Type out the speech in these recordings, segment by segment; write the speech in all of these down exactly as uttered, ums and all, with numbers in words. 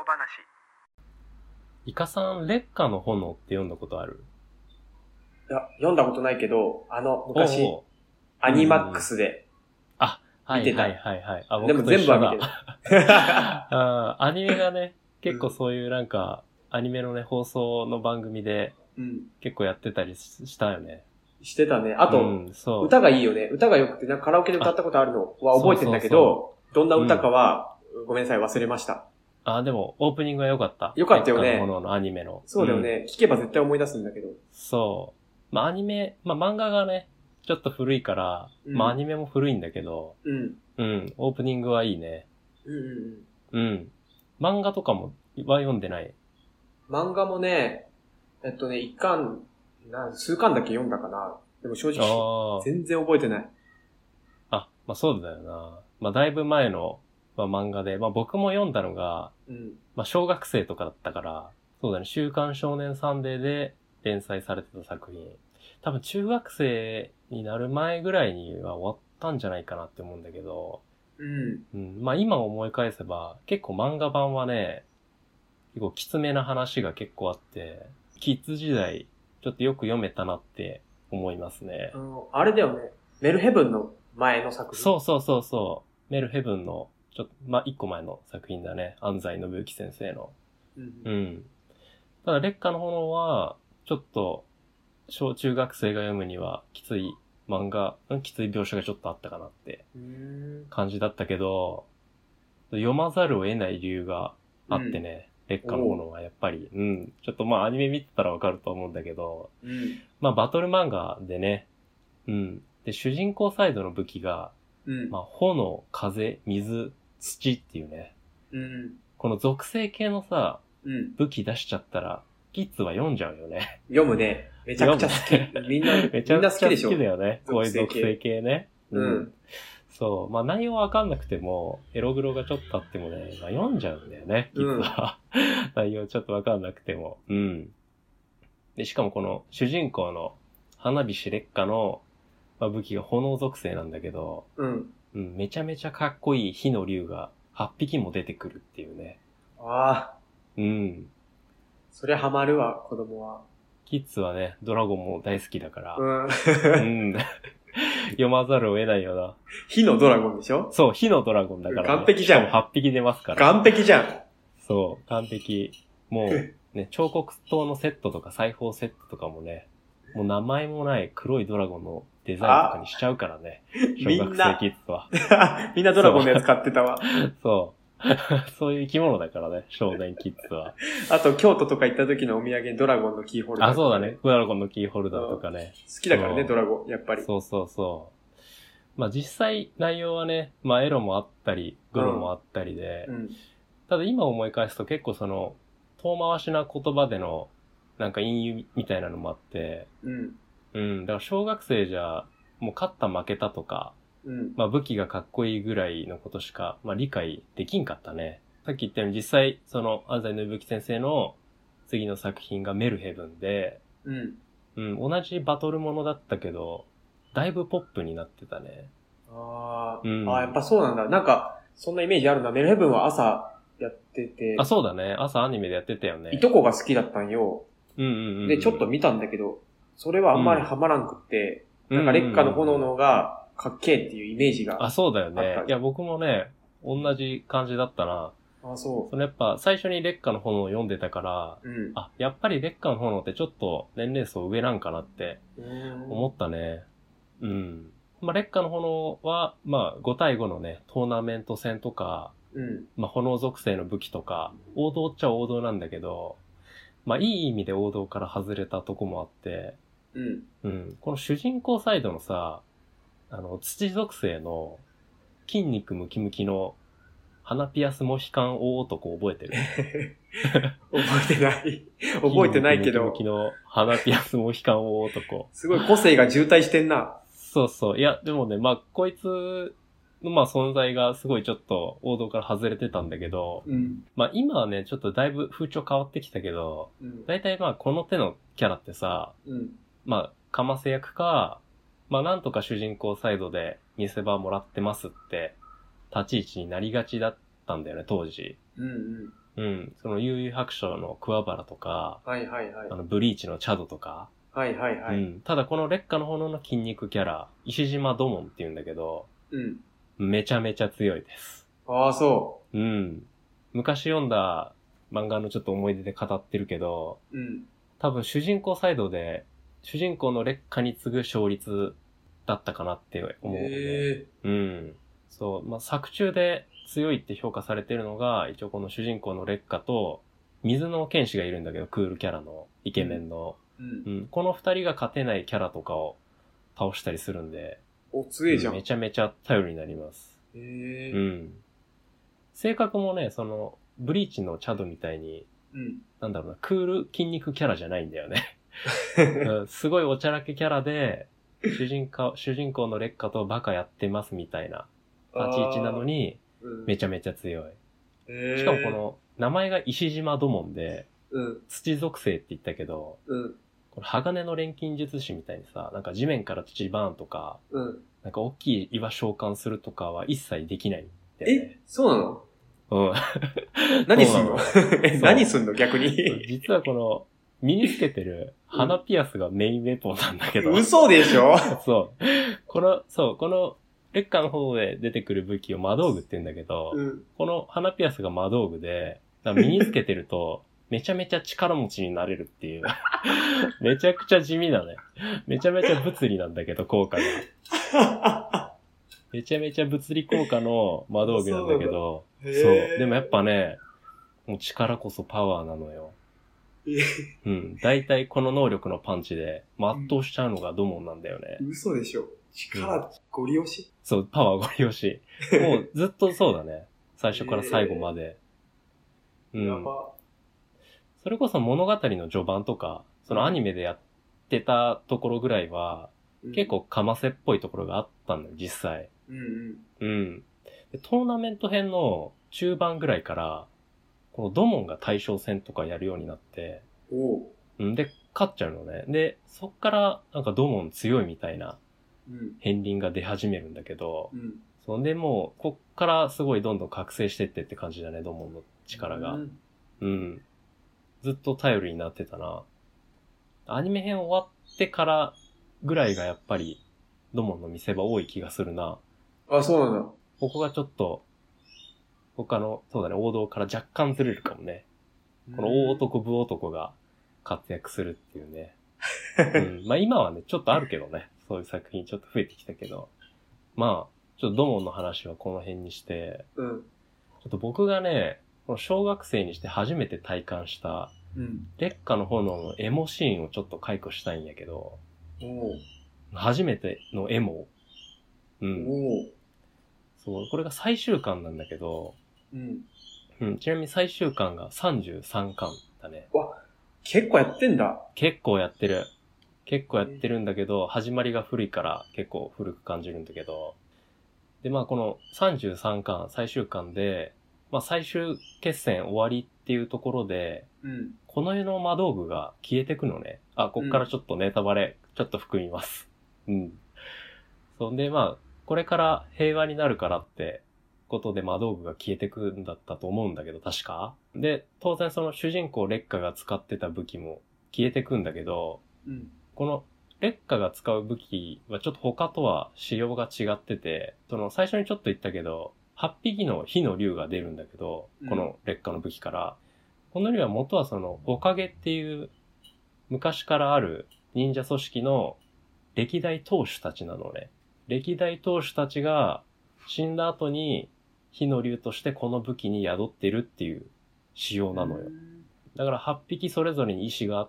小話。 イカさん、烈火の炎って読んだことある？ いや、読んだことないけど、あの、昔、 おうおうアニマックスで、 あ、は見てたいはいはいはい。あ、 でも僕と一緒だ。 全部は見てない。 あーアニメがね、結構そういうなんか、アニメのね、放送の番組でうん。 結構やってたりししたよね。 してたね。あと、 うん、そう。 歌がいいよね。歌が良くて、なんかカラオケで歌ったことあるのは覚えてんだけど、どんな歌かは、ごめんなさい、忘れました。 あ、でも、オープニングは良かった。 良かったよね烈火の炎のアニメの。 そうだよね。聞けば絶対思い出すんだけど。 そう。まあ、アニメ、まあ、漫画がね、ちょっと古いから、 うんまあ、アニメも古いんだけど、 うん。 うん、オープニングはいいね。 うんうんうん。 うん。漫画とかもは読んでない。 漫画もね、えっとね、一巻、な数巻だけ読んだかな。でも正直、 ああ。 全然覚えてない。 あ、まあそうだよな。まあだいぶ前の、まあ、漫画で、まあ僕も読んだのが、 うん。 まあ小学生とかだったから、そうだね、週刊少年サンデーで連載されてた作品。多分中学生になる前ぐらいには終わったんじゃないかなって思うんだけど、 うん。 うん、まあ今思い返せば、結構漫画版はね、結構きつめな話が結構あって、キッズ時代、ちょっとよく読めたなって思いますね。 あの、あれだよね。メルヘブンの前の作品。 そうそうそうそう。メルヘブンの、ちょっと、まあ、一個前の作品だね。安西信之先生の。 う。うん。 うん。ただ、烈火の炎は、ちょっと、小中学生が読むには、きつい漫画、うんきつい描写がちょっとあったかなってうーん。 感じだったけど、読まざるを得ない理由があってね。烈火の炎はやっぱり、うん。ちょっとまあ、アニメ見てたらわかると思うんだけど、 うん。 まあ、バトル漫画でね、うん。で、主人公サイドの武器が、 うん。 まあ、炎、風、水、土っていうね。 うん。 この属性系のさ、 うん。 武器出しちゃったら、キッズは読んじゃうよね。 読むね。めちゃくちゃ好き。みんな、 めちゃみんなくちゃ好好きでしょ。 きだよね。こういう属属性系性系ね。 うん。 そう。まあ内容わかんなくても、エログロがちょっとあってもね、まあ読んじゃうんだよね、キッズは。内容ちょっとわかんなくても。うん。で、しかもこの主人公の花火師烈火の、まあ、武器が炎属性なんだけど、 うん。 うん、めちゃめちゃかっこいい火の竜がはっぴきも出てくるっていうね。 ああ、 うん。 そりゃハマるわ、子供は。 キッズはね、ドラゴンも大好きだから。 うん。 うん。読まざるを得ないよな。 火のドラゴンでしょ？ そう、火のドラゴンだから、ね。 完璧じゃんしかもはっぴき出ますから。 完璧じゃん。 そう、完璧。もう、ね、彫刻刀のセットとか裁縫セットとかもね、もう名前もない黒いドラゴンのデザインとかにしちゃうからね。小学生キッズは。 みんなドラゴンのやつ買ってたわ。 そう。そういう生き物だからね、少年キッズは。 あと、京都とか行った時のお土産にドラゴンのキーホルダー、 あ、そうだね。ドラゴンのキーホルダーとかね。 好きだからね、ドラゴン、やっぱり。 そうそうそう。まあ実際内容はね、まあエロもあったり、グロもあったりで、 うん。 ただ今思い返すと結構その、遠回しな言葉での、なんか隠喩みたいなのもあって、 うん。 うん、だから小学生じゃ、もう勝った負けたとか、 うん。 まあ武器がかっこいいぐらいのことしか、まあ理解できんかったね。さっき言ったように実際、その安西信之先生の次の作品がメルヘブンで、 うん。 うん、同じバトルものだったけど、だいぶポップになってたね。 あー、 うんあー、やっぱそうなんだ。なんか、そんなイメージあるな。メルヘブンは朝やってて、 あ、そうだね。朝アニメでやってたよね。 いとこが好きだったんよ。 うんうんうんうん。 で、ちょっと見たんだけど、それはあんまりハマらんくって、なんか烈火の炎の方がかっけえっていうイメージが。 あ、そうだよあった。 ねいや、僕もね、同じ感じだったな。 あ、そそのやっぱ、最初に烈火の炎を読んでたから、 う。うん。 あ、やっぱり烈火の炎ってちょっと年齢層上なんかなってうーん思ったね。うん。まあ、烈火の炎は、まあ、ご対ごのね、トーナメント戦とか、 うん。 まあ、炎属性の武器とか、王道っちゃ王道なんだけど、まあ、いい意味で王道から外れたとこもあって、 うん。 うん。この主人公サイドのさ、あの、土属性の筋肉ムキムキの鼻ピアスモヒカン大男覚えてる？ 覚えてない。覚えてないけど筋肉ムキムキ、の鼻ピアスモヒカン大男。 すごい個性が渋滞してんな。 そうそう。いや、でもね、まあ、こいつの、まあ、存在がすごいちょっと王道から外れてたんだけど、 うん。 まあ、今はね、ちょっとだいぶ風潮変わってきたけど、 うん。 だいたいまあ、この手のキャラってさ、 うん。 まあ、かませ役か、まあ、なんとか主人公サイドで見せ場もらってますって、立ち位置になりがちだったんだよね、当時。 うん。 うん。その悠々白書の桑原とか、 はいはいはい。 あの、ブリーチのチャドとか、 はいはいはい。 うん。ただこの劣化の炎の筋肉キャラ、石島土門って言うんだけど、 うん。 めちゃめちゃ強いです。 ああ、そうん。昔読んだ漫画のちょっと思い出で語ってるけど、 う。うん。 多分主人公サイドで、主人公の劣化に次ぐ勝率だったかなって思うので、 へうん。そう、まあ、作中で強いって評価されてるのが、一応この主人公の劣化と、水の剣士がいるんだけど、クールキャラのイケメンの、 うん。 うん、この二人が勝てないキャラとかを倒したりするんで、 お、強いじゃん。へめちゃめちゃ頼りになります。 え。 うん。性格もね、その、ブリーチのチャドみたいに、 うん。 なんだろうな、クール筋肉キャラじゃないんだよね。うん、すごいおちゃらけキャラで、主人公、主人公の劣化とバカやってますみたいな立ち位置なのに、めちちゃめちゃ強い。 ゃしかもこ、の、名前が石島土門で、 うん。 土属性って言ったけど、 うん。 この鋼の錬金術師みたいにさ、なんか地面から土バーンとか、 うん。 なんか大きい岩召喚するとかは一切できないんだよね。 え、そうなの？ うん。 何すんの？え、 そう何すんの逆に。 実はこの、身につけてる鼻ピアスがメインウェポンなんだけど。 嘘でしょ？ そう。この、そう、この、劣化の方で出てくる武器を魔道具って言うんだけど、 うん。 この鼻ピアスが魔道具で、だから身につけてると、めちゃめちゃ力持ちになれるっていう。めちゃくちゃ地味だね。めちゃめちゃ物理なんだけど、効果が。めちゃめちゃ物理効果の魔道具なんだけど、 そうそう。 へーでもやっぱね、もう力こそパワーなのよ。 えうん。大体この能力のパンチで全うしちゃうのがドモンなんだよね。 嘘でしょ？力、ゴリ押し？ そう、パワーゴリ押し。もうずっとそうだね。最初から最後まで。うん。 やば。 それこそ物語の序盤とか、そのアニメでやってたところぐらいは、結構かませっぽいところがあったのよ、実際。 うんうん。 うん。でトーナメント編の中盤ぐらいから、このドモンが対象戦とかやるようになって、 おう。 うんで、勝っちゃうのね。で、そっからなんかドモン強いみたいなうん。 片鱗が出始めるんだけど、 うん。 そんでもう、こっからすごいどんどん覚醒してってって感じだね、ドモンの力が。 うん。 うん。ずっと頼りになってたな。アニメ編終わってからぐらいがやっぱり、ドモンの見せ場多い気がするな。 あ、そうなんだ。 ここがちょっと、他の、そうだね、王道から若干ずれるかもね。この大男、武男が活躍するっていうね。うん、まあ今はね、ちょっとあるけどね。そういう作品ちょっと増えてきたけど。まあ、ちょっとドモンの話はこの辺にして、 うん。 ちょっと僕がね、この小学生にして初めて体感した、 うん。 劣化の炎のエモシーンをちょっと解雇したいんやけど、 おう。 初めてのエモ。うん。 おう。 そう、これが最終巻なんだけど、 うん。 うん、ちなみに最終巻がさんじゅうさんかんだね。 わ、結構やってんだ。 結構やってる。結構やってるんだけど、始まりが古いから結構古く感じるんだけど、で、まあこのさんじゅうさんかん最終巻で、まあ最終決戦終わりっていうところで、 うん。 この世の魔道具が消えてくのね。あ、こっからちょっとネタバレ、ちょっと含みます。うん。そんでまあ、これから平和になるからってことで魔道具が消えてくんだったと思うんだけど、確か。で、当然その主人公劣化が使ってた武器も消えてくんだけど、 うん。 この劣化が使う武器はちょっと他とは仕様が違ってて、その最初にちょっと言ったけど、はっぴきの火の竜が出るんだけど、この劣化の武器から。この竜は元はその、おかげっていう昔からある忍者組織の歴代当主たちなのね。歴代当主たちが死んだ後に火の竜としてこの武器に宿ってるっていう仕様なのよ。だからはっぴきそれぞれに意志があって、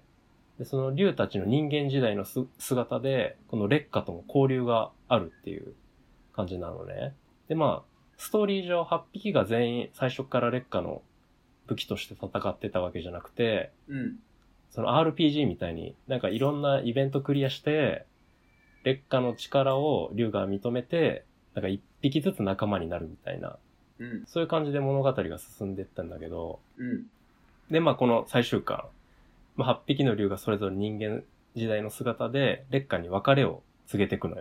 でその竜たちの人間時代のす姿で、この劣化とも交流があるっていう感じなのね。で、まあ、ストーリー上はっぴきが全員最初から劣化の武器として戦ってたわけじゃなくて、 うん。 その アールピージー みたいになんかいろんなイベントクリアして、劣化の力を竜が認めて、なんか一匹ずつ仲間になるみたいな、 うん。 そういう感じで物語が進んでいったんだけど、 うん。 で、まあこの最終巻、まあ、はっぴきの竜がそれぞれ人間時代の姿で、劣化に別れを告げていくのよ。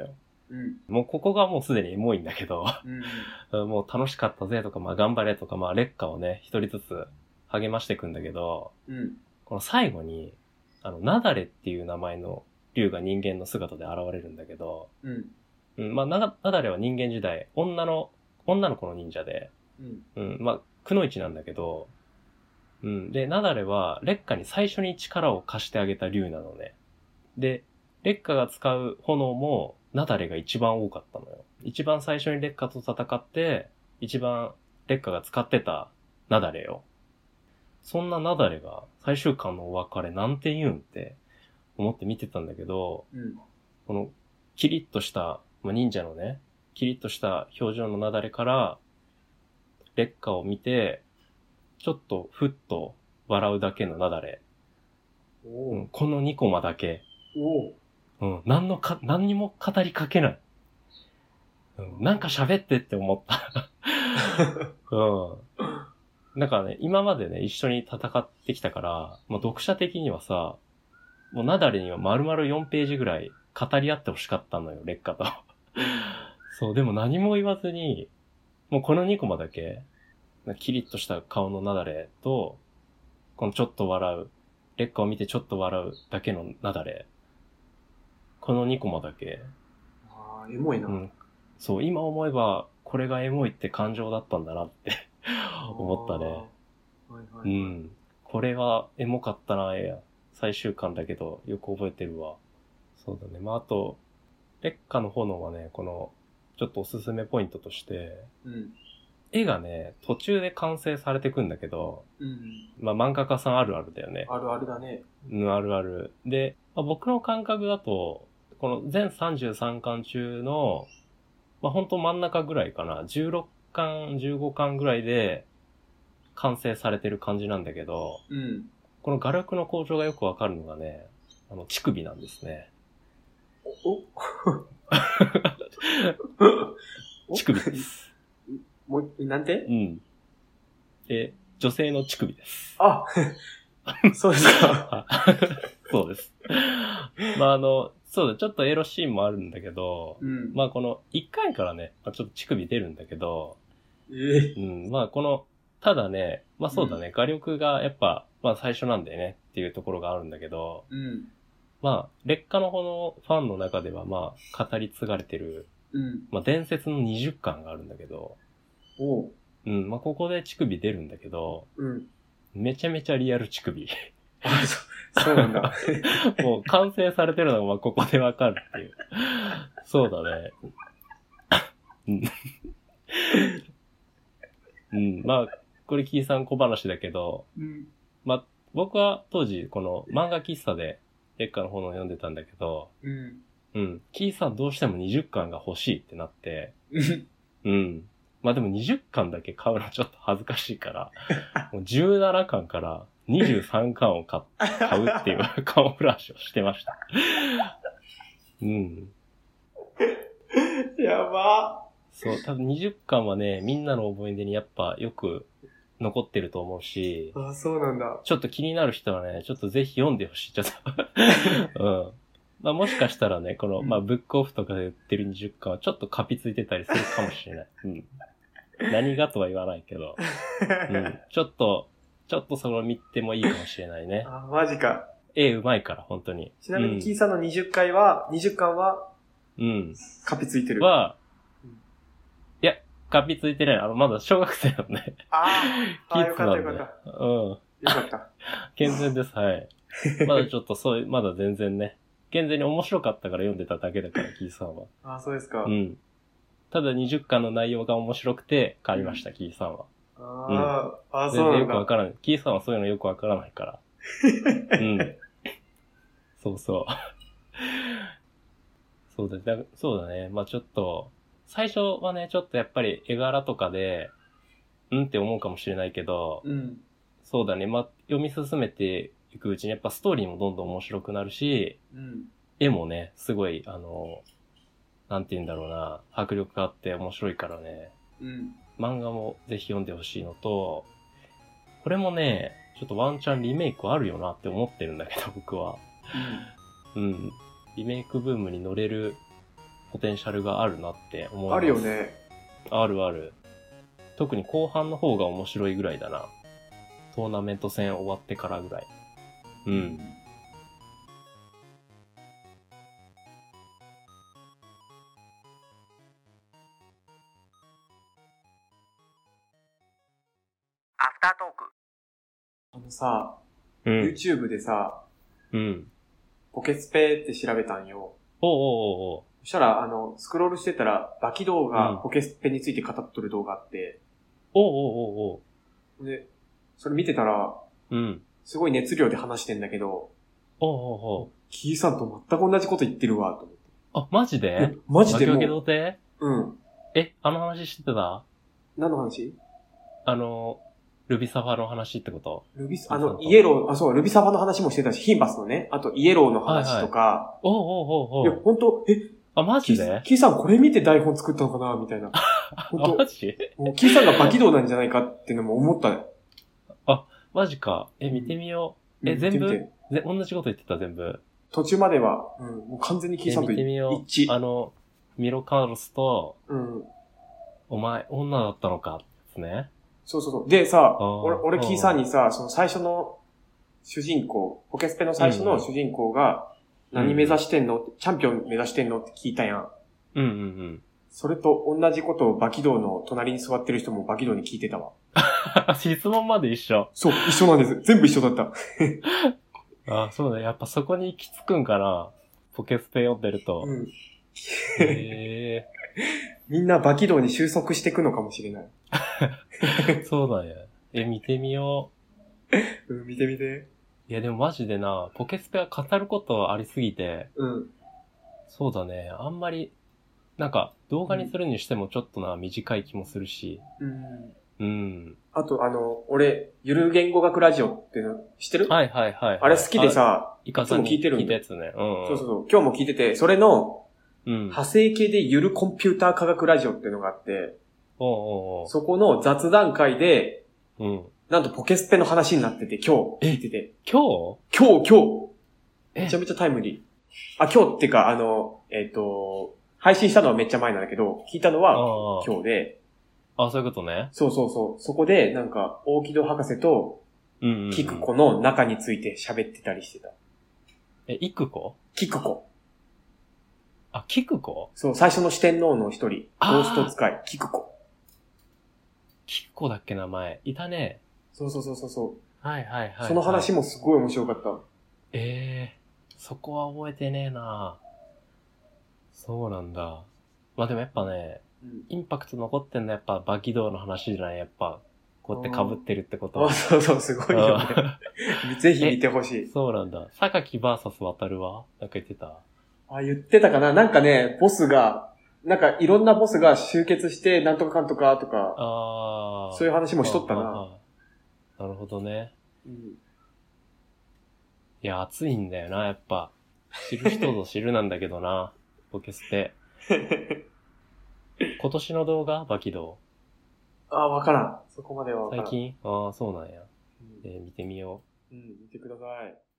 うん。 もうここがもうすでにエモいんだけど、 うん。 もう楽しかったぜとか、まあ頑張れとか、まあ劣化をね、一人ずつ励ましていくんだけど、 うん。 この最後に、あの、ナダレっていう名前の竜が人間の姿で現れるんだけど、 うん。 うん、まあナダレは人間時代、女の、女の子の忍者で、 うん。 うん、まあ、くのいちなんだけど、うん、で、ナダレは劣化に最初に力を貸してあげた竜なのね。で、劣化が使う炎も、ナダレが一番多かったのよ。一番最初に劣化と戦って、一番劣化が使ってたナダレよ。そんなナダレが最終巻のお別れなんて言うんって思って見てたんだけど、 うん。 このキリッとした、まあ、忍者のね、キリッとした表情のナダレから、劣化を見て、ちょっとふっと笑うだけのナダレ。 おうん、このにコマだけ。 おうん、何のか、何にも語りかけない。うん、なんか喋ってって思った。うん。だからね、今までね、一緒に戦ってきたから、もう読者的にはさ、もうナダレには丸々よんページぐらい語り合ってほしかったのよ、劣化と。そう、でも何も言わずに、もうこのにコマだけ、キリッとした顔のナダレと、このちょっと笑う、劣化を見てちょっと笑うだけのナダレ。このにコマだけ。 ああ、エモいな。 うん。そう、今思えば、これがエモいって感情だったんだなって思ったね。 はいはいはい。 うん。これはエモかったな、え最終巻だけど、よく覚えてるわ。そうだね。まあ、あと、劣化の炎はね、この、ちょっとおすすめポイントとして、 うん。 絵がね、途中で完成されてくんだけど、 うん。 まあ漫画家さんあるあるだよね。 あるあるだね。 うん、あるある。で、まあ、僕の感覚だと、この全さんじゅうさんかん中の、まあ本当真ん中ぐらいかな、じゅうろっかん、じゅうごかんぐらいで完成されてる感じなんだけど、 うん。 この画力の向上がよくわかるのがね、あの、乳首なんですね。 おお乳首です。 もう、なんてうん。え、女性の乳首です。 あそうですか。 そうです。まああの、そうだ、ちょっとエロシーンもあるんだけど、 うん。 まあこのいっかいからね、まあ、ちょっと乳首出るんだけど、 ええうん、まあこの、ただね、まあそうだね、 うん画力がやっぱ、まあ最初なんだよねっていうところがあるんだけど、 うん。 まあ、劣化の方のファンの中ではまあ、語り継がれてる、 うん。 まあ伝説のにじゅっかんがあるんだけど、 おう。 うん、まあここで乳首出るんだけど、 うん。 めちゃめちゃリアル乳首。 あ、そ、そうなんだ。 もう完成されてるのがまあここでわかるっていう。そうだね。うん。うん、まあ、これキーさん小話だけど、 うん。 まあ、僕は当時この漫画喫茶で劣化の本を読んでたんだけど、 うん。 うん、キーさんどうしてもにじゅっかんが欲しいってなって、 うん。 うん。まあでもにじゅっかんだけ買うのちょっと恥ずかしいから、もうじゅうななかんからにじゅうさんかんを買買うっていうカモフラージュをしてました。うん。 やば。 そう、多分にじゅっかんはね、みんなの思い出にやっぱよく残ってると思うし、 あ、そうなんだ。 ちょっと気になる人はね、ちょっとぜひ読んでほしい。ちょっと、うん。まあもしかしたらね、この、まあブックオフとかで売ってるにじゅっかんはちょっとカピついてたりするかもしれない。うん。何がとは言わないけど、うん。ちょっと、ちょっとその見てもいいかもしれないね。 あ、マジか。 絵うまいから、本当に。 ちなみに、キーさんのにじゅっかいは、にじゅっかんは、 うん。 カピついてる。 はうん、 いや、カピついてない。あの、まだ小学生なのね。 あーあー、よキッズかったなんで。 よかった。 うん。 よかった。 健全です、はい。まだちょっとそういう、まだ全然ね。健全に面白かったから読んでただけだから、キーさんは。 ああ、そうですか。 うん。ただにじゅっかんの内容が面白くて買いました、 うん、 キーさんは。 ああ、ああ、そう全然よなんだ。 くわからない。キーさんはそういうのよくわからないから。うん。そうそう。そうだ、だそうだね。まあちょっと、最初はね、ちょっとやっぱり絵柄とかで、うんって思うかもしれないけど、 うん。 そうだね。まあ読み進めていくうちにやっぱストーリーもどんどん面白くなるし、 うん。 絵もね、すごい、あの、なんて言うんだろうな、迫力があって面白いからね、 うん。 漫画もぜひ読んでほしいのと、これもね、ちょっとワンチャンリメイクあるよなって思ってるんだけど、僕は。うん。リメイクブームに乗れるポテンシャルがあるなって思います。 あるよね。 あるある。特に後半の方が面白いぐらいだな。トーナメント戦終わってからぐらい。うん。 アフタートーク。あのさ、 うん。 YouTube でさ、 うん。 ポケスペって調べたんよ。 おうおうおうおう。 そしたら、あの、スクロールしてたら、バキ動画、ポケスペについて語っとる動画あって、 おうおうおうおう。で、それ見てたら、 うん。 すごい熱量で話してんだけど、 おうおうおう。 キーさんと全く同じこと言ってるわ、と思って。 あ、マジで？ マジでもう。 わけわけ童貞？ うん。 え、あの話知ってた？ 何の話？ あの、ルビサファの話ってこと？ ルビサ、あの、イエロー、あ、そう、ルビサファの話もしてたし、ヒンバスのね、あとイエローの話とか、 はいはい、おうおうおうおう。 いや、ほんと、え、 あ、マジで？ キーさんこれ見て台本作ったのかなみたいな。 本当？マジ？ もうキーさんがバキ道なんじゃないかっていうのも思ったね。 あ、マジか。え、見てみよう。え、全部ぜ同じこと言ってた、全部。 途中までは、うん、もう完全にキーさんと一致。見てみよう。 あの、ミロカーロスと、 うん。 お前、女だったのか、ですね。 そうそうそう。でさ、俺、俺キーさんにさ、その最初の主人公、ポケスペの最初の主人公が、何目指してんの、うん、チャンピオン目指してんのって聞いたやん。 うんうんうん。それと同じことをバキ道の隣に座ってる人もバキ道に聞いてたわ。 質問まで一緒。 そう、一緒なんです。全部一緒だった。 あ、そうだ。やっぱそこに行き着くんかな。ポケスペ読んでると。うん。へー。みんなバキ道に収束していくのかもしれない。 そうだね。え、見てみよう。うん、見てみて。 いやでもマジでな、ポケスペは語ることありすぎて。 うん。 そうだね。あんまり、なんか動画にするにしてもちょっとな、短い気もするし。 うん。 うん。 あと、あの、俺、ゆる言語学ラジオっていうの知ってる？ はいはいはい、はい。 あれ好きでさ、 いつも聞いてるんだ。聞いたやつね。うん、うん。 そうそうそう。今日も聞いてて、それの、うん、派生系でゆるコンピューター科学ラジオっていうのがあって、 おうおうおう。 そこの雑談会で、 うん。 なんとポケスペの話になってて、今日聞いてて。 今日？ 今日、今日。めちゃめちゃタイムリー。あ、今日っていうか、あの、えっと、配信したのはめっちゃ前なんだけど、聞いたのは今日で、 あ、そういうことね。 そうそうそう。そこで、なんか、大木戸博士と、キクコの仲について喋ってたりしてた。 え、イクコ？ キクコ。 あ、キクコ？ そう、最初の四天王の一人。ゴースト使い、キクコ。 キクコだっけ名前。いたね。 そうそうそうそうそう。 はいはいはい、はい。 その話もすごい面白かった。 ええー、そこは覚えてねえな。そうなんだ。まあでもやっぱね、うん、インパクト残ってんのやっぱバキ道の話じゃない、やっぱ。こうやって被ってるってことは。 そうそう、すごいよね。ぜひ見てほしい。 そうなんだ。榊バーサス渡るはなんか言ってた？ あ、言ってたかな。なんかね、ボスが、なんかいろんなボスが集結して、なんとかかんとかとか、あそういう話もしとったな。あなるほどね。うん、いや、熱いんだよな、やっぱ。知る人ぞ知るなんだけどな、ポケステ。今年の動画バキ道。 ああ、わからん。そこまではわからん。 最近？ああ、そうなんや。うん、えー、見てみよう。うん、見てください。